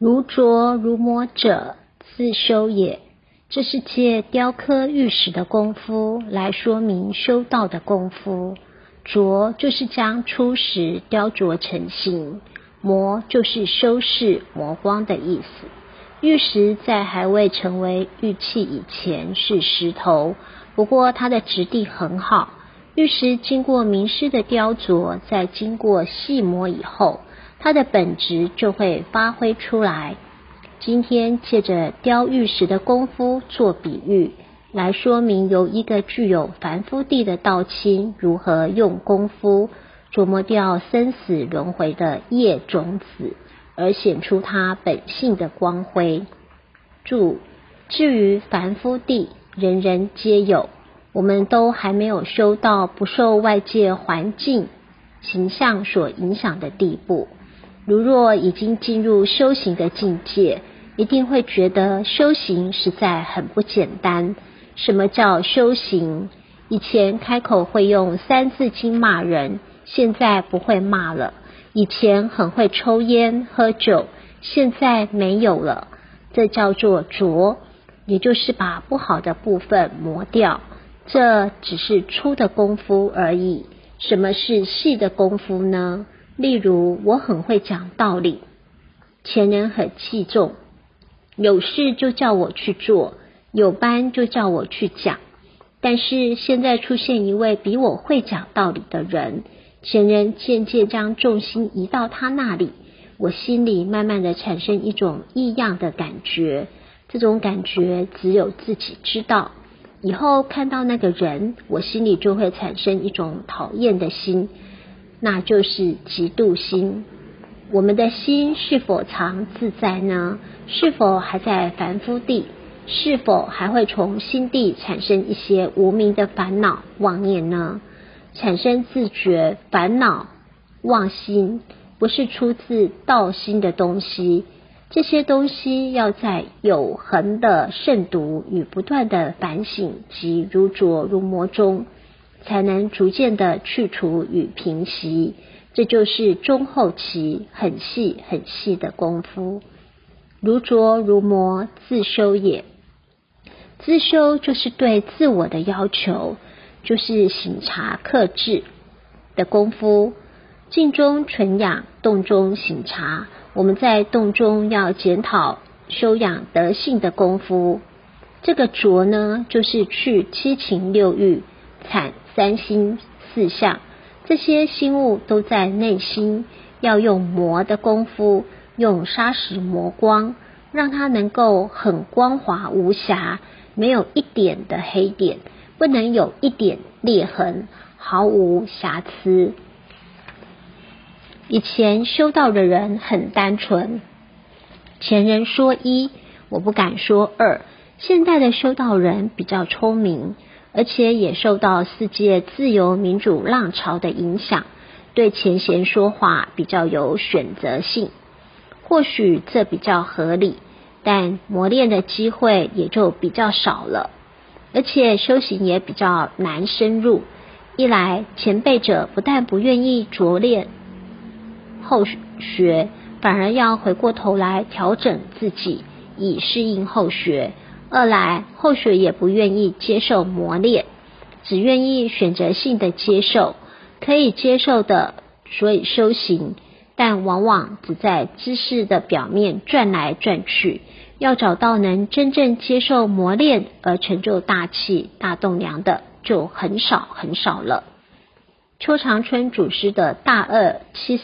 如琢如磨者，自修也。这是借雕刻玉石的功夫来说明修道的功夫。琢就是将初石雕琢成形，磨就是修饰磨光的意思。玉石在还未成为玉器以前是石头，不过它的质地很好。玉石经过名师的雕琢，再经过细磨以后，它的本质就会发挥出来。今天借着雕玉石的功夫做比喻，来说明由一个具有凡夫地的道亲如何用功夫琢磨掉生死轮回的业种子，而显出它本性的光辉。注：至于凡夫地，人人皆有，我们都还没有修到不受外界环境形象所影响的地步。如若已经进入修行的境界，一定会觉得修行实在很不简单。什么叫修行？以前开口会用三字经骂人，现在不会骂了。以前很会抽烟喝酒，现在没有了。这叫做琢，也就是把不好的部分磨掉。这只是粗的功夫而已。什么是细的功夫呢？例如我很会讲道理，前人很器重，有事就叫我去做，有班就叫我去讲。但是现在出现一位比我会讲道理的人，前人渐渐将重心移到他那里，我心里慢慢的产生一种异样的感觉。这种感觉只有自己知道。以后看到那个人，我心里就会产生一种讨厌的心，那就是嫉妒心。我们的心是否常自在呢？是否还在凡夫地？是否还会从心地产生一些无明的烦恼妄念呢？产生自觉、烦恼、妄心，不是出自道心的东西。这些东西要在有恒的慎读与不断的反省及如琢如磨中，才能逐渐的去除与平息。这就是中后期很细很细的功夫。如琢如磨，自修也。自修就是对自我的要求，就是省察克制的功夫。静中存养，动中省察。我们在动中要检讨修养德性的功夫。这个琢呢，就是去七情六欲、产三心四相，这些心物都在内心，要用磨的功夫，用砂石磨光，让它能够很光滑无瑕，没有一点的黑点，不能有一点裂痕，毫无瑕疵。以前修道的人很单纯，前人说一，我不敢说二。现代的修道人比较聪明，而且也受到世界自由民主浪潮的影响，对前贤说话比较有选择性。或许这比较合理，但磨练的机会也就比较少了，而且修行也比较难深入。一来前辈者不但不愿意着练后学，反而要回过头来调整自己，以适应后学。二来后学也不愿意接受磨练，只愿意选择性的接受，可以接受的所以修行，但往往只在知识的表面转来转去，要找到能真正接受磨练而成就大器大栋梁的就很少很少了。邱长春祖师的大二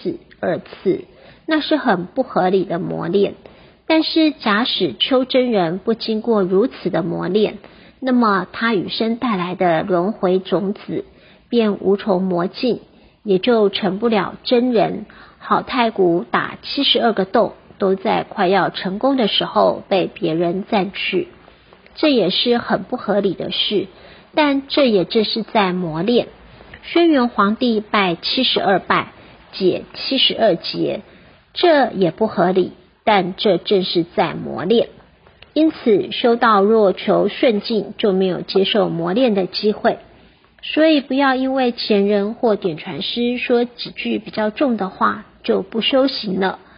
72次，那是很不合理的磨练。但是假使邱真人不经过如此的磨练，那么他与生带来的轮回种子便无从磨尽，也就成不了真人。好太鼓打72个洞，都在快要成功的时候被别人占去，这也是很不合理的事。但这也正是在磨练。轩辕皇帝拜72拜，解72结，这也不合理，但这正是在磨练。因此修道若求顺境，就没有接受磨练的机会。所以不要因为前人或点传师说几句比较重的话就不修行了。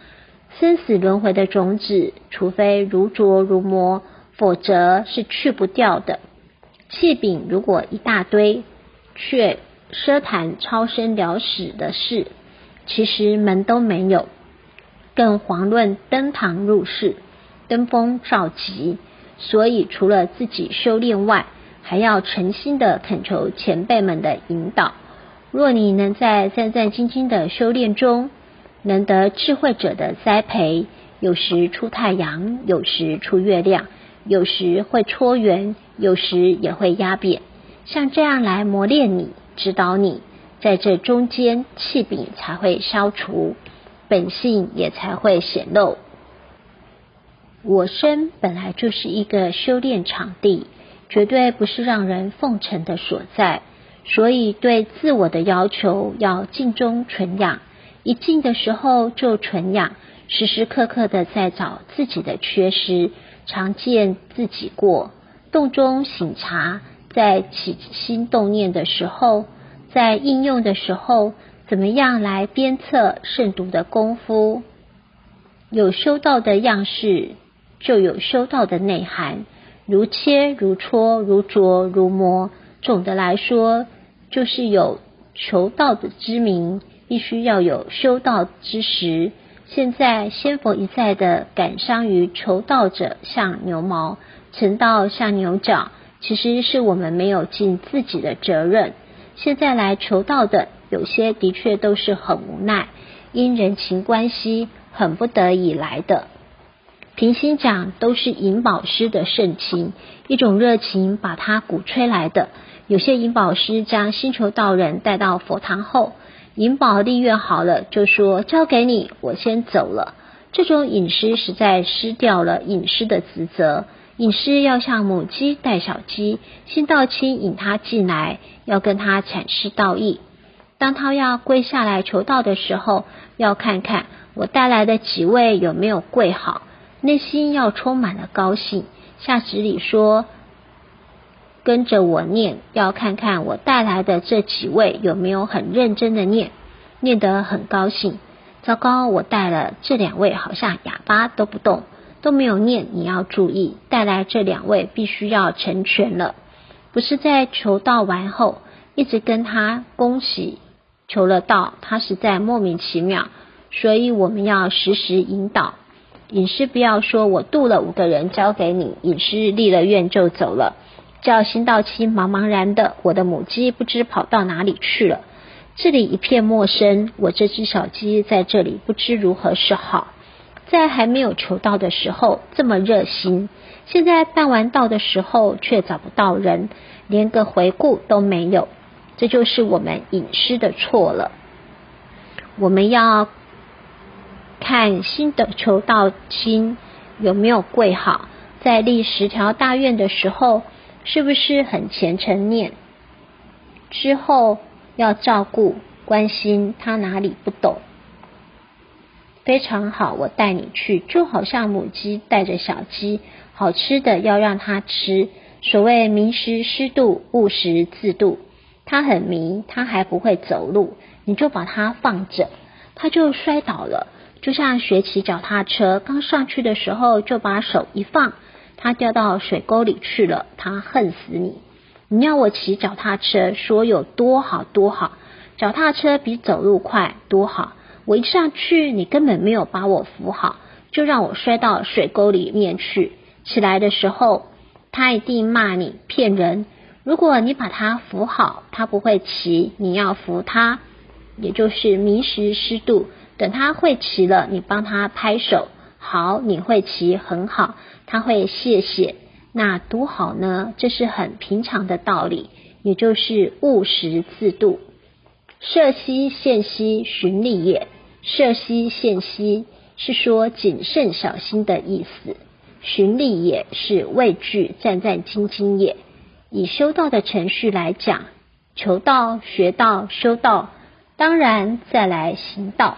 生死轮回的种子，除非如琢如磨，否则是去不掉的。气饼如果一大堆，却奢谈超生了死的事，其实门都没有，更遑论登堂入室，登峰造极。所以除了自己修炼外，还要诚心的恳求前辈们的引导。若你能在战战兢兢的修炼中，能得智慧者的栽培，有时出太阳，有时出月亮，有时会戳圆，有时也会压扁，像这样来磨练你，指导你，在这中间气柄才会消除，本性也才会显露。我身本来就是一个修炼场地，绝对不是让人奉承的所在，所以对自我的要求要静中存养，一静的时候就存养，时时刻刻的在找自己的缺失，常见自己过，动中省察，在起心动念的时候，在应用的时候，怎么样来鞭策慎独的功夫。有修道的样式，就有修道的内涵，如切如磋如琢如磨，总的来说就是有求道的之名，必须要有修道之实。现在仙佛一再的感伤于求道者像牛毛，成道像牛角，其实是我们没有尽自己的责任。现在来求道的有些的确都是很无奈，因人情关系很不得已来的。平心讲，都是引宝师的盛情，一种热情把他鼓吹来的。有些引宝师将星球道人带到佛堂后，引宝力愿好了，就说交给你，我先走了。这种引师实在失掉了引师的职责。引师要像母鸡带小鸡，新道亲引他进来，要跟他阐释道义。当他要跪下来求道的时候，要看看我带来的几位有没有跪好，内心要充满了高兴。下旨里说跟着我念，要看看我带来的这几位有没有很认真的念，念得很高兴。糟糕，我带了这2位好像哑巴都不动，都没有念，你要注意，带来这2位必须要成全了。不是在求道完后一直跟他恭喜求了道，他实在莫名其妙，所以我们要时时引导。引师不要说我度了5个人交给你，引师立了愿就走了，叫新道亲茫茫然的，我的母鸡不知跑到哪里去了，这里一片陌生，我这只小鸡在这里不知如何是好。在还没有求道的时候这么热心，现在办完道的时候却找不到人，连个回顾都没有，这就是我们引师的错了。我们要看新的求道亲有没有跪好，在立10条大愿的时候是不是很虔诚念，之后要照顾关心他哪里不懂。非常好，我带你去，就好像母鸡带着小鸡，好吃的要让它吃。所谓迷失失度，误食自度。它很迷，它还不会走路，你就把它放着，它就摔倒了。就像学骑脚踏车，刚上去的时候就把手一放，它掉到水沟里去了，它恨死你。你要我骑脚踏车，说有多好多好，脚踏车比走路快多好，我一上去你根本没有把我扶好，就让我摔到水沟里面去。起来的时候他一定骂你骗人，如果你把他扶好，他不会骑，你要扶他，也就是迷失失度。等他会骑了，你帮他拍手，好，你会骑很好，他会谢谢，那多好呢？这是很平常的道理，也就是务实自度。摄息现息循利也，摄息现息是说谨慎小心的意思，循利也是畏惧战战兢兢也。以修道的程序来讲，求道、学道、修道，当然再来行道。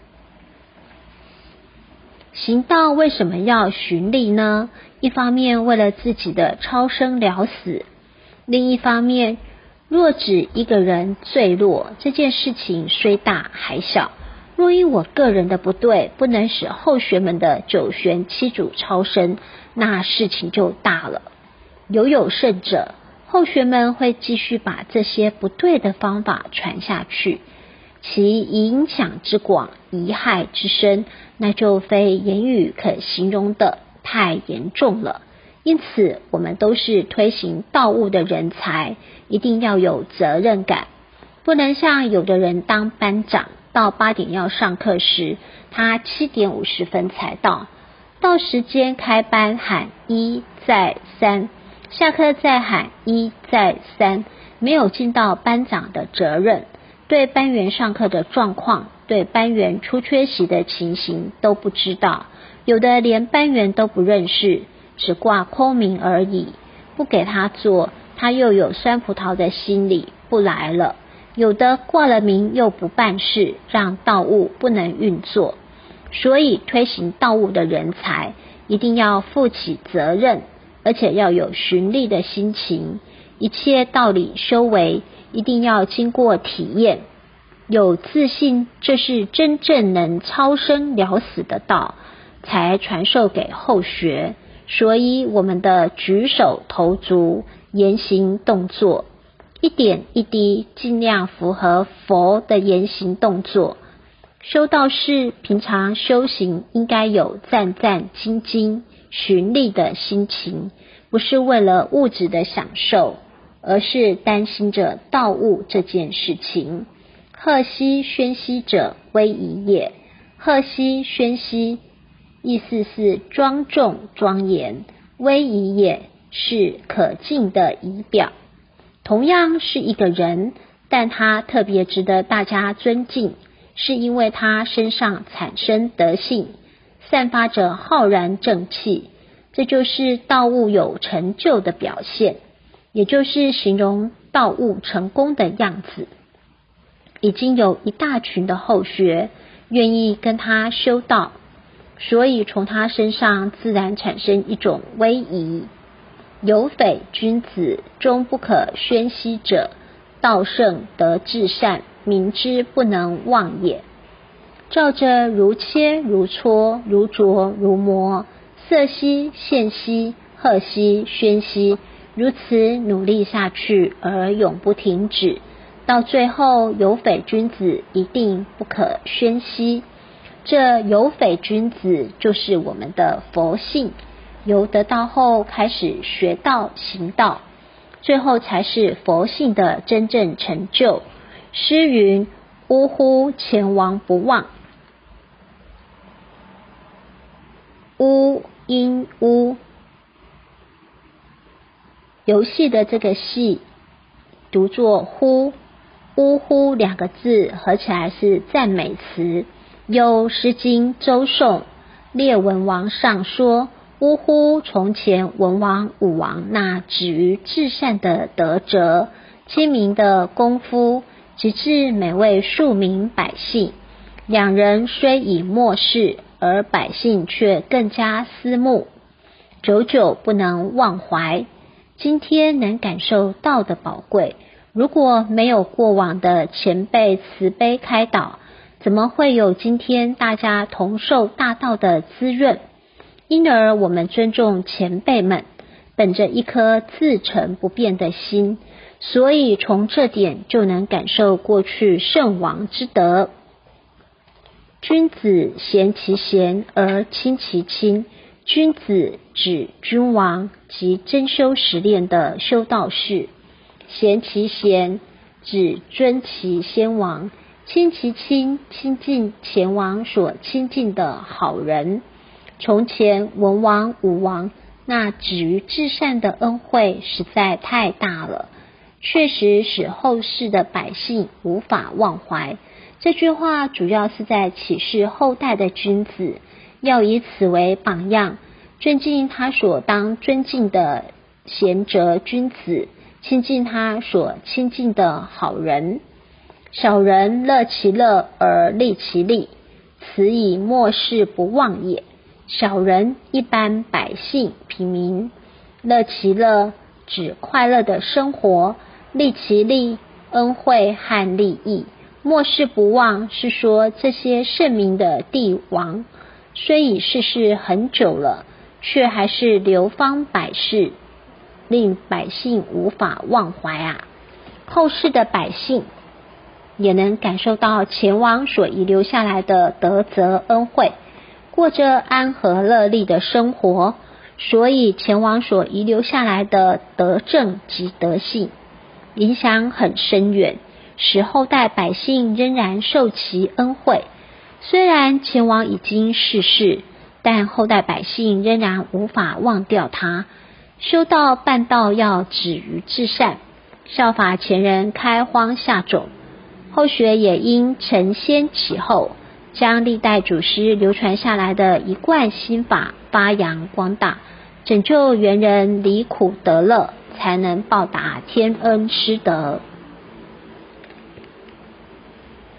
行道为什么要循利呢？一方面为了自己的超生了死，另一方面若指一个人坠落，这件事情虽大还小， 若因我个人的不对，不能使后学们的九玄七祖超生，那事情就大了。有甚者，后学们会继续把这些不对的方法传下去，其影响之广，贻害之深，那就非言语可形容的，太严重了。因此，我们都是推行道务的人才，一定要有责任感，不能像有的人当班长，到8点要上课时，他7点50分才到时间开班喊1再3，下课再喊1再3，没有尽到班长的责任，对班员上课的状况，对班员出缺席的情形都不知道，有的连班员都不认识，只挂空名而已，不给他做，他又有酸葡萄的心理，不来了。有的挂了名又不办事，让道务不能运作。所以推行道务的人才一定要负起责任，而且要有循例的心情，一切道理修为一定要经过体验，有自信这是真正能超生了死的道，才传授给后学。所以我们的举手投足、言行动作，一点一滴尽量符合佛的言行动作。修道士平常修行应该有战战兢兢、循例的心情，不是为了物质的享受，而是担心着道务这件事情。赫兮宣兮者，威仪也。赫兮宣兮意思是庄重庄严，威仪也是可敬的仪表。同样是一个人，但他特别值得大家尊敬，是因为他身上产生德性，散发着浩然正气，这就是道务有成就的表现，也就是形容道务成功的样子。已经有一大群的后学愿意跟他修道，所以从他身上自然产生一种威仪。有匪君子，终不可宣兮者，道圣得至善，明之不能忘也。照着如切如磋如琢如磨，色兮宪兮赫兮宣兮，如此努力下去而永不停止，到最后有匪君子一定不可宣兮。这有匪君子就是我们的佛性，由得道后开始学道行道，最后才是佛性的真正成就。诗云：呜呼，前王不忘。呜音呜，游戏的这个戏读作呼，呜呼2个字合起来是赞美词。有诗经周颂列文王上说，呜呼，从前文王武王那止于至善的德哲，亲民的功夫，直至每位庶民百姓，两人虽已末世，而百姓却更加思慕，久久不能忘怀。今天能感受道的宝贵，如果没有过往的前辈慈悲开导，怎么会有今天大家同受大道的滋润？因而我们尊重前辈们，本着一颗自成不变的心，所以从这点就能感受过去圣王之德。君子贤其贤而亲其亲，君子指君王及真修实练的修道士，贤其贤指尊其先王，亲其亲亲近前王所亲近的好人。从前文王武王那止于至善的恩惠实在太大了，确实使后世的百姓无法忘怀。这句话主要是在启示后代的君子，要以此为榜样，尊敬他所当尊敬的贤哲君子，亲近他所亲近的好人。小人乐其乐而利其利，此以末世不忘也。小人一般百姓平民，乐其乐指快乐的生活，利其利恩惠和利益， 末世不忘是说这些圣明的帝王虽已逝世很久了，却还是流芳百世，令百姓无法忘怀啊。后世的百姓也能感受到前王所遗留下来的德泽恩惠，过着安和乐利的生活，所以前王所遗留下来的德政及德性影响很深远，使后代百姓仍然受其恩惠。虽然前王已经逝世，但后代百姓仍然无法忘掉他。修道办道要止于至善，效法前人开荒下种，后学也应承先启后，将历代祖师流传下来的一贯心法发扬光大，拯救元人离苦得乐，才能报答天恩师德。